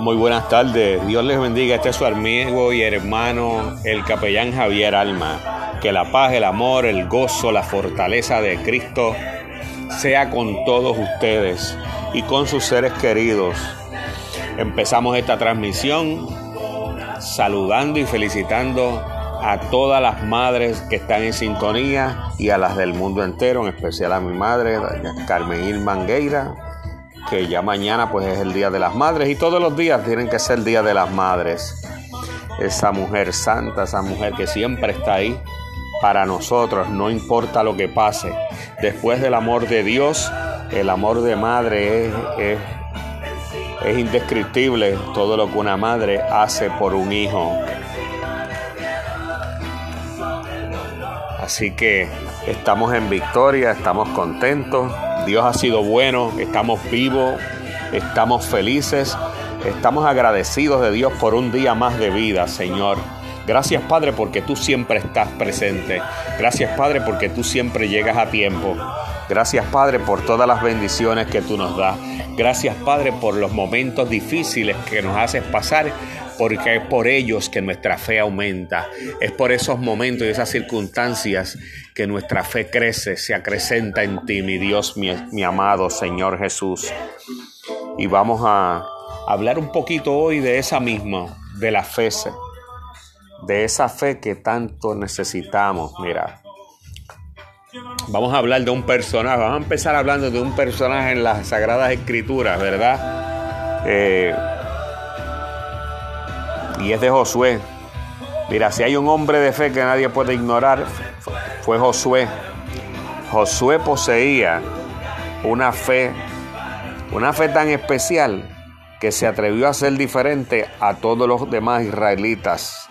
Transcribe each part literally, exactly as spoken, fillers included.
Muy buenas tardes, Dios les bendiga. Este es su amigo y hermano, el capellán Javier Alma. Que la paz, el amor, el gozo, la fortaleza de Cristo sea con todos ustedes y con sus seres queridos. Empezamos esta transmisión saludando y felicitando a todas las madres que están en sintonía y a las del mundo entero, en especial a mi madre, doña Carmen Irma Angueira, que ya mañana pues es el Día de las Madres y todos los días tienen que ser el Día de las Madres. Esa mujer santa, esa mujer que siempre está ahí para nosotros, no importa lo que pase. Después del amor de Dios, el amor de madre es, es, es indescriptible, todo lo que una madre hace por un hijo. Así que estamos en victoria, estamos contentos. Dios ha sido bueno, estamos vivos, estamos felices, estamos agradecidos de Dios por un día más de vida, Señor. Gracias, Padre, porque tú siempre estás presente. Gracias, Padre, porque tú siempre llegas a tiempo. Gracias, Padre, por todas las bendiciones que tú nos das. Gracias, Padre, por los momentos difíciles que nos haces pasar, porque es por ellos que nuestra fe aumenta. Es por esos momentos y esas circunstancias que nuestra fe crece, se acrecenta en ti, mi Dios, mi, mi amado Señor Jesús. Y vamos a hablar un poquito hoy de esa misma, de la fe, de esa fe que tanto necesitamos. Mira, vamos a hablar de un personaje, vamos a empezar hablando de un personaje en las Sagradas Escrituras, ¿verdad? Eh... Y es de Josué. Mira, si hay un hombre de fe que nadie puede ignorar, fue Josué. Josué poseía una fe, una fe tan especial que se atrevió a ser diferente a todos los demás israelitas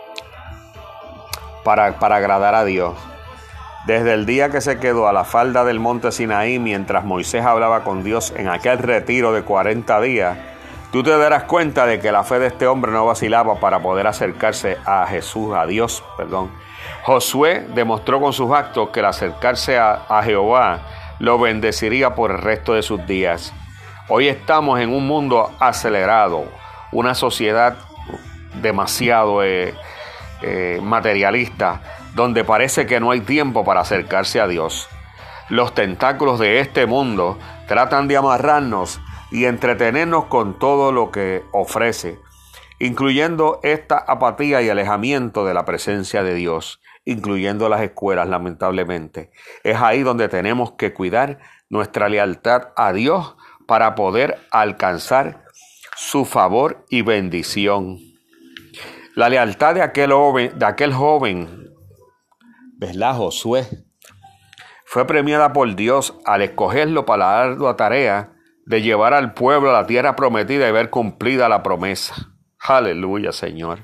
para, para agradar a Dios. Desde el día que se quedó a la falda del monte Sinaí mientras Moisés hablaba con Dios en aquel retiro de cuarenta días, tú te darás cuenta de que la fe de este hombre no vacilaba para poder acercarse a Jesús, a Dios, perdón. Josué demostró con sus actos que el acercarse a, a Jehová lo bendeciría por el resto de sus días. Hoy estamos en un mundo acelerado, una sociedad demasiado eh, eh, materialista, donde parece que no hay tiempo para acercarse a Dios. Los tentáculos de este mundo tratan de amarrarnos y entretenernos con todo lo que ofrece, incluyendo esta apatía y alejamiento de la presencia de Dios, incluyendo las escuelas, lamentablemente. Es ahí donde tenemos que cuidar nuestra lealtad a Dios para poder alcanzar su favor y bendición. La lealtad de aquel joven, de aquel joven, ¿verdad? Josué, fue premiada por Dios al escogerlo para la ardua tarea de llevar al pueblo a la tierra prometida y ver cumplida la promesa. Aleluya, Señor.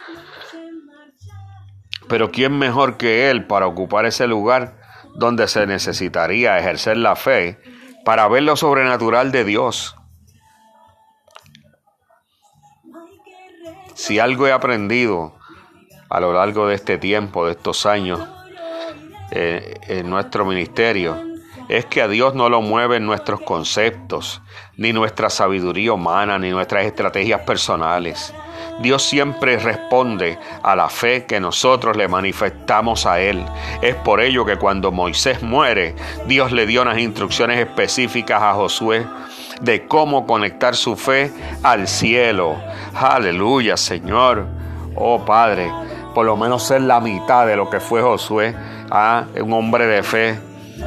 Pero ¿quién mejor que Él para ocupar ese lugar donde se necesitaría ejercer la fe para ver lo sobrenatural de Dios? Si algo he aprendido a lo largo de este tiempo, de estos años, eh, en nuestro ministerio, es que a Dios no lo mueven nuestros conceptos, ni nuestra sabiduría humana, ni nuestras estrategias personales. Dios siempre responde a la fe que nosotros le manifestamos a Él. Es por ello que cuando Moisés muere, Dios le dio unas instrucciones específicas a Josué de cómo conectar su fe al cielo. Aleluya, Señor. Oh, Padre, por lo menos ser la mitad de lo que fue Josué, ah, un hombre de fe.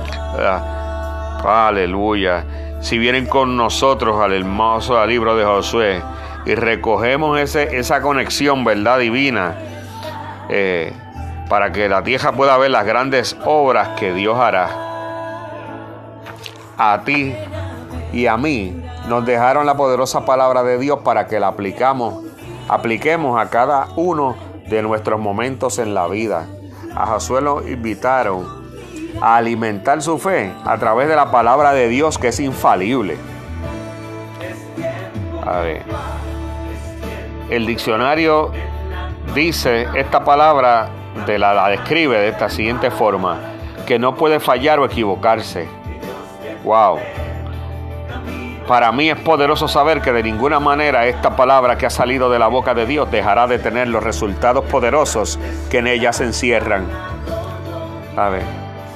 Ah, aleluya. Si vienen con nosotros al hermoso libro de Josué y recogemos ese, esa conexión, verdad, divina, eh, para que la tierra pueda ver las grandes obras que Dios hará. A ti y a mí nos dejaron la poderosa palabra de Dios para que la aplicamos, apliquemos a cada uno de nuestros momentos en la vida. A Josué lo invitaron a alimentar su fe a través de la palabra de Dios, que es infalible. A ver, el diccionario dice esta palabra, de la, la describe de esta siguiente forma: que no puede fallar o equivocarse. Wow. Para mí es poderoso saber que de ninguna manera esta palabra que ha salido de la boca de Dios dejará de tener los resultados poderosos que en ella se encierran. A ver.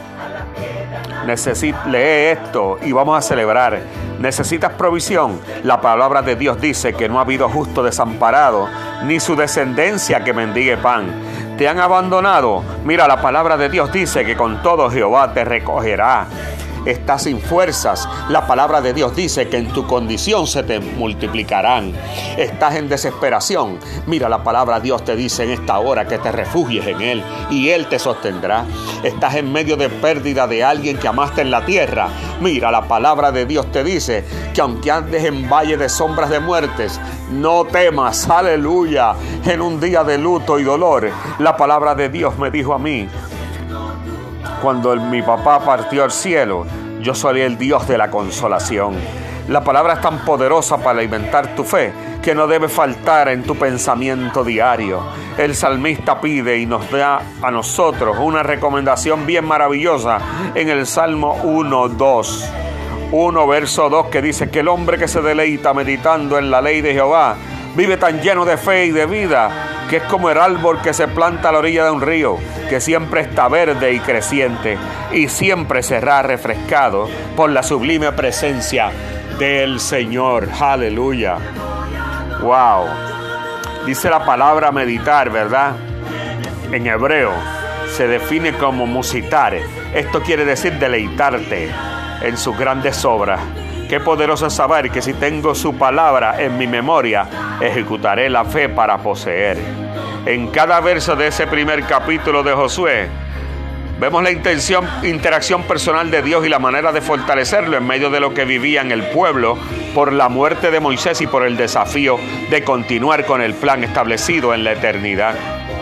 Necesito, lee esto y vamos a celebrar. ¿Necesitas provisión? La palabra de Dios dice que no ha habido justo desamparado, ni su descendencia que mendigue pan. ¿Te han abandonado? Mira, la palabra de Dios dice que con todo Jehová te recogerá. Estás sin fuerzas. La palabra de Dios dice que en tu condición se te multiplicarán. Estás en desesperación. Mira, la palabra de Dios te dice en esta hora que te refugies en Él y Él te sostendrá. Estás en medio de pérdida de alguien que amaste en la tierra. Mira, la palabra de Dios te dice que aunque andes en valle de sombras de muertes, no temas, aleluya, en un día de luto y dolor. La palabra de Dios me dijo a mí, cuando el, mi papá partió al cielo, yo soy el Dios de la consolación. La palabra es tan poderosa para alimentar tu fe que no debe faltar en tu pensamiento diario. El salmista pide y nos da a nosotros una recomendación bien maravillosa en el Salmo uno, dos. uno, verso dos, que dice que el hombre que se deleita meditando en la ley de Jehová vive tan lleno de fe y de vida que es como el árbol que se planta a la orilla de un río, que siempre está verde y creciente y siempre será refrescado por la sublime presencia del Señor. Aleluya. Wow. Dice la palabra meditar, ¿verdad? En hebreo se define como musitar. Esto quiere decir deleitarte en sus grandes obras. Qué poderoso es saber que si tengo su palabra en mi memoria, ejecutaré la fe para poseer. En cada verso de ese primer capítulo de Josué, vemos la intención, interacción personal de Dios y la manera de fortalecerlo en medio de lo que vivía en el pueblo por la muerte de Moisés y por el desafío de continuar con el plan establecido en la eternidad.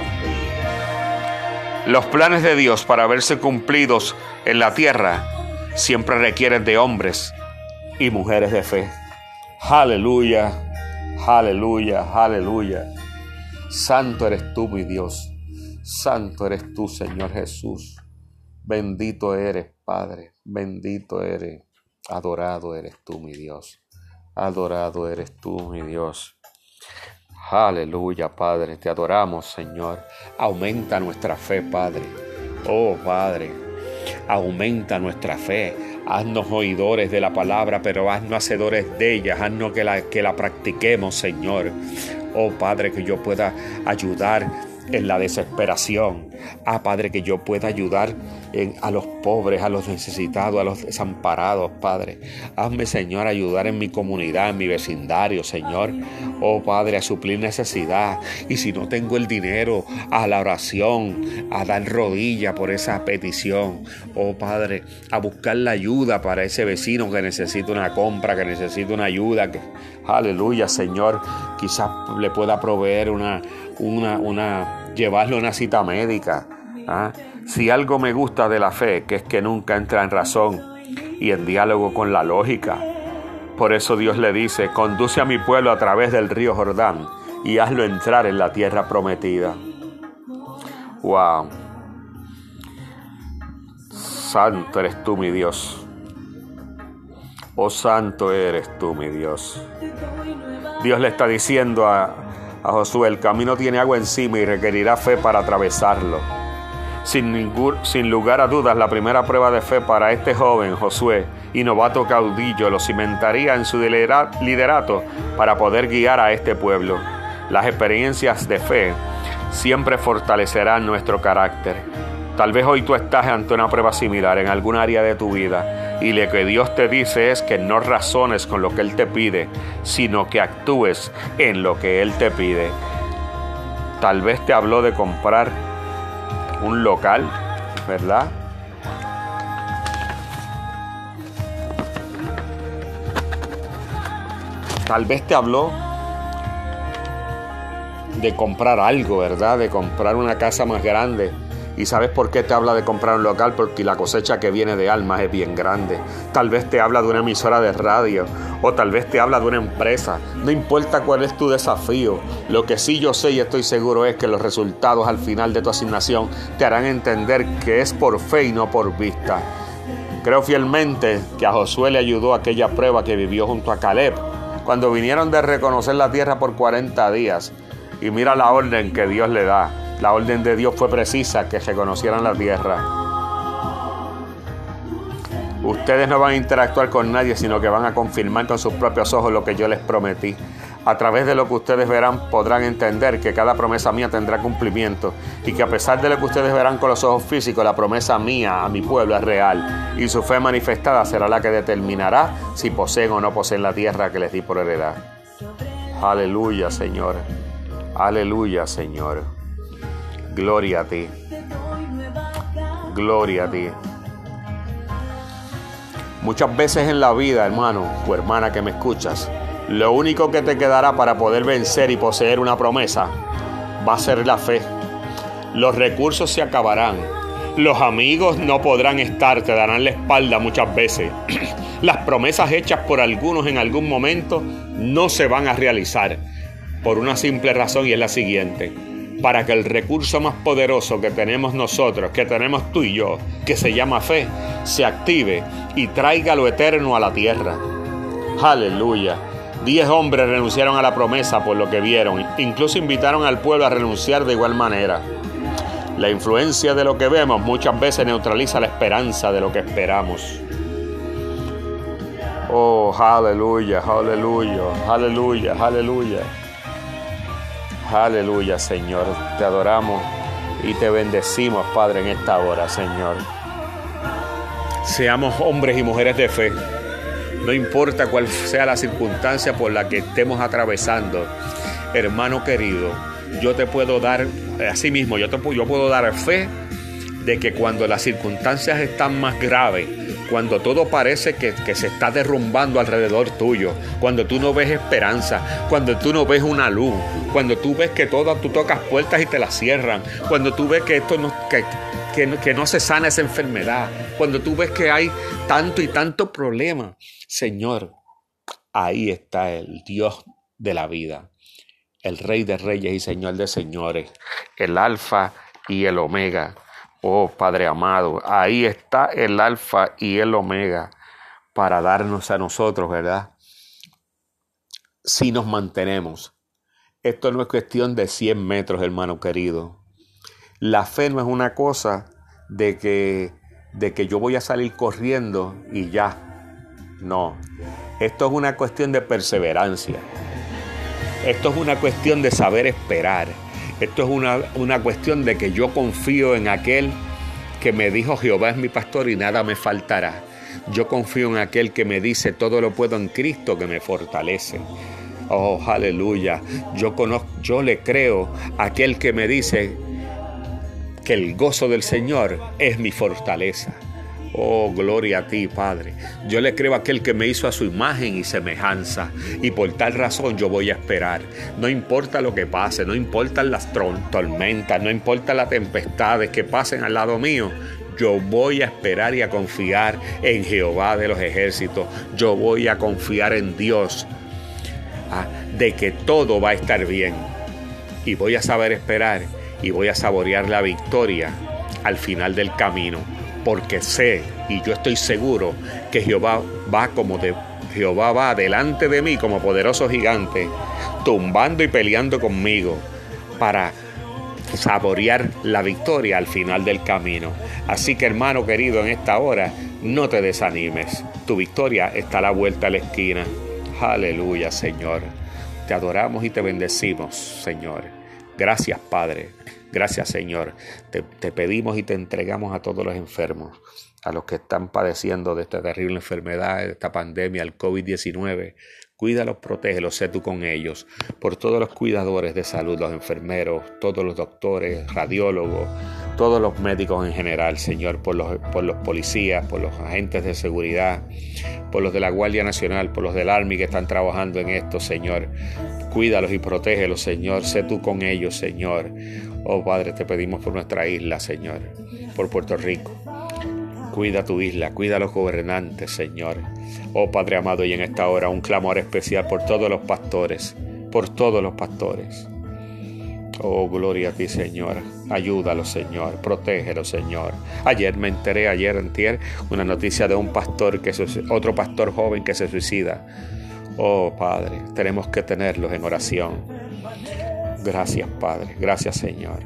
Los planes de Dios para verse cumplidos en la tierra siempre requieren de hombres y mujeres de fe. Aleluya, aleluya, aleluya. Santo eres tú, mi Dios. Santo eres tú, Señor Jesús. Bendito eres, Padre. Bendito eres. Adorado eres tú, mi Dios. Adorado eres tú, mi Dios. Aleluya, Padre. Te adoramos, Señor. Aumenta nuestra fe, Padre. Oh, Padre. Aumenta nuestra fe. Haznos oidores de la palabra, pero haznos hacedores de ella. Haznos que la, que la practiquemos, Señor. Oh, Padre, que yo pueda ayudar en la desesperación. Ah, Padre, que yo pueda ayudar en, a los pobres, a los necesitados, a los desamparados, Padre. Hazme, Señor, ayudar en mi comunidad, en mi vecindario, Señor. Oh, Padre, a suplir necesidad. Y si no tengo el dinero, a la oración, a dar rodilla por esa petición. Oh, Padre, a buscar la ayuda para ese vecino que necesita una compra, que necesita una ayuda. Que, aleluya, Señor. Quizás le pueda proveer una, una, una llevarle una cita médica. ¿Ah? Si algo me gusta de la fe, que es que nunca entra en razón y en diálogo con la lógica. Por eso Dios le dice, conduce a mi pueblo a través del río Jordán y hazlo entrar en la tierra prometida. Wow. Santo eres tú, mi Dios. Oh, santo eres tú, mi Dios. Dios le está diciendo a, a Josué, el camino tiene agua encima y requerirá fe para atravesarlo. Sin, ningún, sin lugar a dudas, la primera prueba de fe para este joven Josué y novato caudillo lo cimentaría en su liderato para poder guiar a este pueblo. Las experiencias de fe siempre fortalecerán nuestro carácter. Tal vez hoy tú estás ante una prueba similar en algún área de tu vida y lo que Dios te dice es que no razones con lo que Él te pide, sino que actúes en lo que Él te pide. Tal vez te habló de comprar un local, ¿verdad? Tal vez te habló de comprar algo, ¿verdad? De comprar una casa más grande. ¿Y sabes por qué te habla de comprar un local? Porque la cosecha que viene de almas es bien grande. Tal vez te habla de una emisora de radio o tal vez te habla de una empresa. No importa cuál es tu desafío. Lo que sí yo sé y estoy seguro es que los resultados al final de tu asignación te harán entender que es por fe y no por vista. Creo fielmente que a Josué le ayudó aquella prueba que vivió junto a Caleb, cuando vinieron de reconocer la tierra por cuarenta días. Y mira la orden que Dios le da. La orden de Dios fue precisa, que reconocieran la tierra. Ustedes no van a interactuar con nadie, sino que van a confirmar con sus propios ojos lo que yo les prometí. A través de lo que ustedes verán, podrán entender que cada promesa mía tendrá cumplimiento, y que a pesar de lo que ustedes verán con los ojos físicos, la promesa mía a mi pueblo es real, y su fe manifestada será la que determinará si poseen o no poseen la tierra que les di por heredad. Aleluya, Señor. Aleluya, Señor. Gloria a ti. Gloria a ti. Muchas veces en la vida, hermano o hermana que me escuchas, lo único que te quedará para poder vencer y poseer una promesa va a ser la fe. Los recursos se acabarán. Los amigos no podrán estar, te darán la espalda muchas veces. Las promesas hechas por algunos en algún momento no se van a realizar, por una simple razón, y es la siguiente: para que el recurso más poderoso que tenemos nosotros, que tenemos tú y yo, que se llama fe, se active y traiga lo eterno a la tierra. Aleluya. Diez hombres renunciaron a la promesa por lo que vieron. Incluso invitaron al pueblo a renunciar de igual manera. La influencia de lo que vemos muchas veces neutraliza la esperanza de lo que esperamos. Oh, aleluya, aleluya, aleluya, aleluya. Aleluya, Señor. Te adoramos y te bendecimos, Padre, en esta hora, Señor. Seamos hombres y mujeres de fe. No importa cuál sea la circunstancia por la que estemos atravesando, hermano querido, yo te puedo dar, así mismo, yo, te, yo puedo dar fe de que cuando las circunstancias están más graves, cuando todo parece que, que se está derrumbando alrededor tuyo, cuando tú no ves esperanza, cuando tú no ves una luz, cuando tú ves que todo, tú tocas puertas y te las cierran, cuando tú ves que esto no, que, que, que no se sana esa enfermedad, cuando tú ves que hay tanto y tanto problema, Señor, ahí está el Dios de la vida, el Rey de Reyes y Señor de Señores, el Alfa y el Omega. Oh, Padre amado, ahí está el Alfa y el Omega para darnos a nosotros, ¿verdad? Si nos mantenemos. Esto no es cuestión de cien metros, hermano querido. La fe no es una cosa de que, de que yo voy a salir corriendo y ya. No, esto es una cuestión de perseverancia. Esto es una cuestión de saber esperar. Esto es una, una cuestión de que yo confío en aquel que me dijo: Jehová es mi pastor y nada me faltará. Yo confío en aquel que me dice: todo lo puedo en Cristo que me fortalece. Oh, aleluya. Yo conozco, yo le creo a aquel que me dice que el gozo del Señor es mi fortaleza. Oh, gloria a ti, Padre. Yo le creo a aquel que me hizo a su imagen y semejanza, y por tal razón yo voy a esperar. No importa lo que pase, no importan las tormentas, no importa las tempestades que pasen al lado mío, yo voy a esperar y a confiar en Jehová de los ejércitos. Yo voy a confiar en Dios, ¿ah? de que todo va a estar bien, y voy a saber esperar y voy a saborear la victoria al final del camino. Porque sé y yo estoy seguro que Jehová va como de Jehová va delante de mí como poderoso gigante, tumbando y peleando conmigo para saborear la victoria al final del camino. Así que, hermano querido, en esta hora no te desanimes. Tu victoria está a la vuelta de la esquina. Aleluya, Señor. Te adoramos y te bendecimos, Señor. Gracias, Padre. Gracias, Señor. Te, te pedimos y te entregamos a todos los enfermos, a los que están padeciendo de esta terrible enfermedad, de esta pandemia, el COVID diecinueve. Cuídalos, protégelos, sé tú con ellos. Por todos los cuidadores de salud, los enfermeros, todos los doctores, radiólogos, todos los médicos en general, Señor, por los, por los policías, por los agentes de seguridad, por los de la Guardia Nacional, por los del Army que están trabajando en esto, Señor. Cuídalos y protégelos, Señor. Sé tú con ellos, Señor. Oh, Padre, te pedimos por nuestra isla, Señor, por Puerto Rico. Cuida tu isla, cuida a los gobernantes, Señor. Oh, Padre amado, y en esta hora un clamor especial por todos los pastores, por todos los pastores. Oh, gloria a ti, Señor. Ayúdalo, Señor. Protégelo, Señor. Ayer me enteré, ayer entier, una noticia de un pastor, que se, otro pastor joven que se suicida. Oh, Padre, tenemos que tenerlos en oración. Gracias, Padre. Gracias, Señor.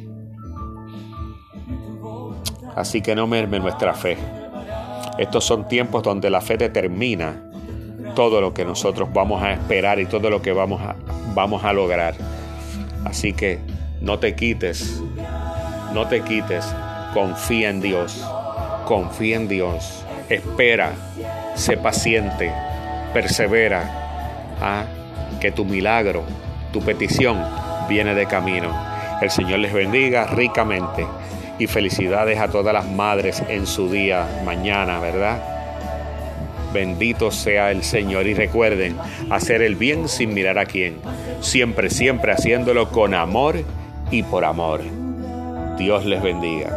Así que no merme nuestra fe. Estos son tiempos donde la fe determina todo lo que nosotros vamos a esperar y todo lo que vamos a, vamos a lograr. Así que no te quites, no te quites, confía en Dios, confía en Dios, espera, sé paciente, persevera, ¿ah? Que tu milagro, tu petición viene de camino. El Señor les bendiga ricamente y felicidades a todas las madres en su día mañana, ¿verdad? Bendito sea el Señor y recuerden hacer el bien sin mirar a quién, siempre, siempre haciéndolo con amor y por amor. Dios les bendiga.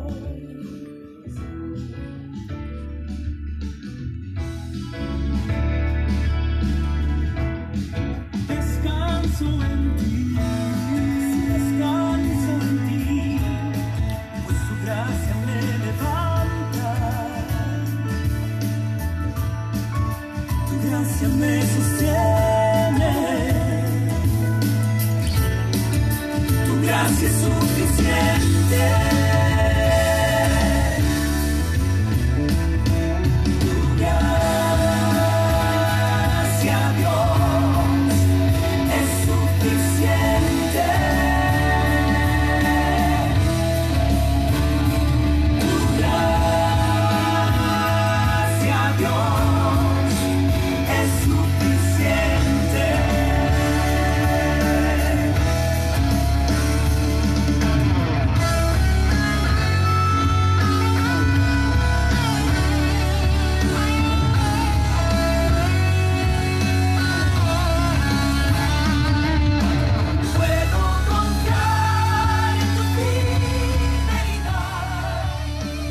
Descanso en ti, descanso en ti, pues su gracia me levanta. Tu gracia me sostiene, tu gracia es suficiente.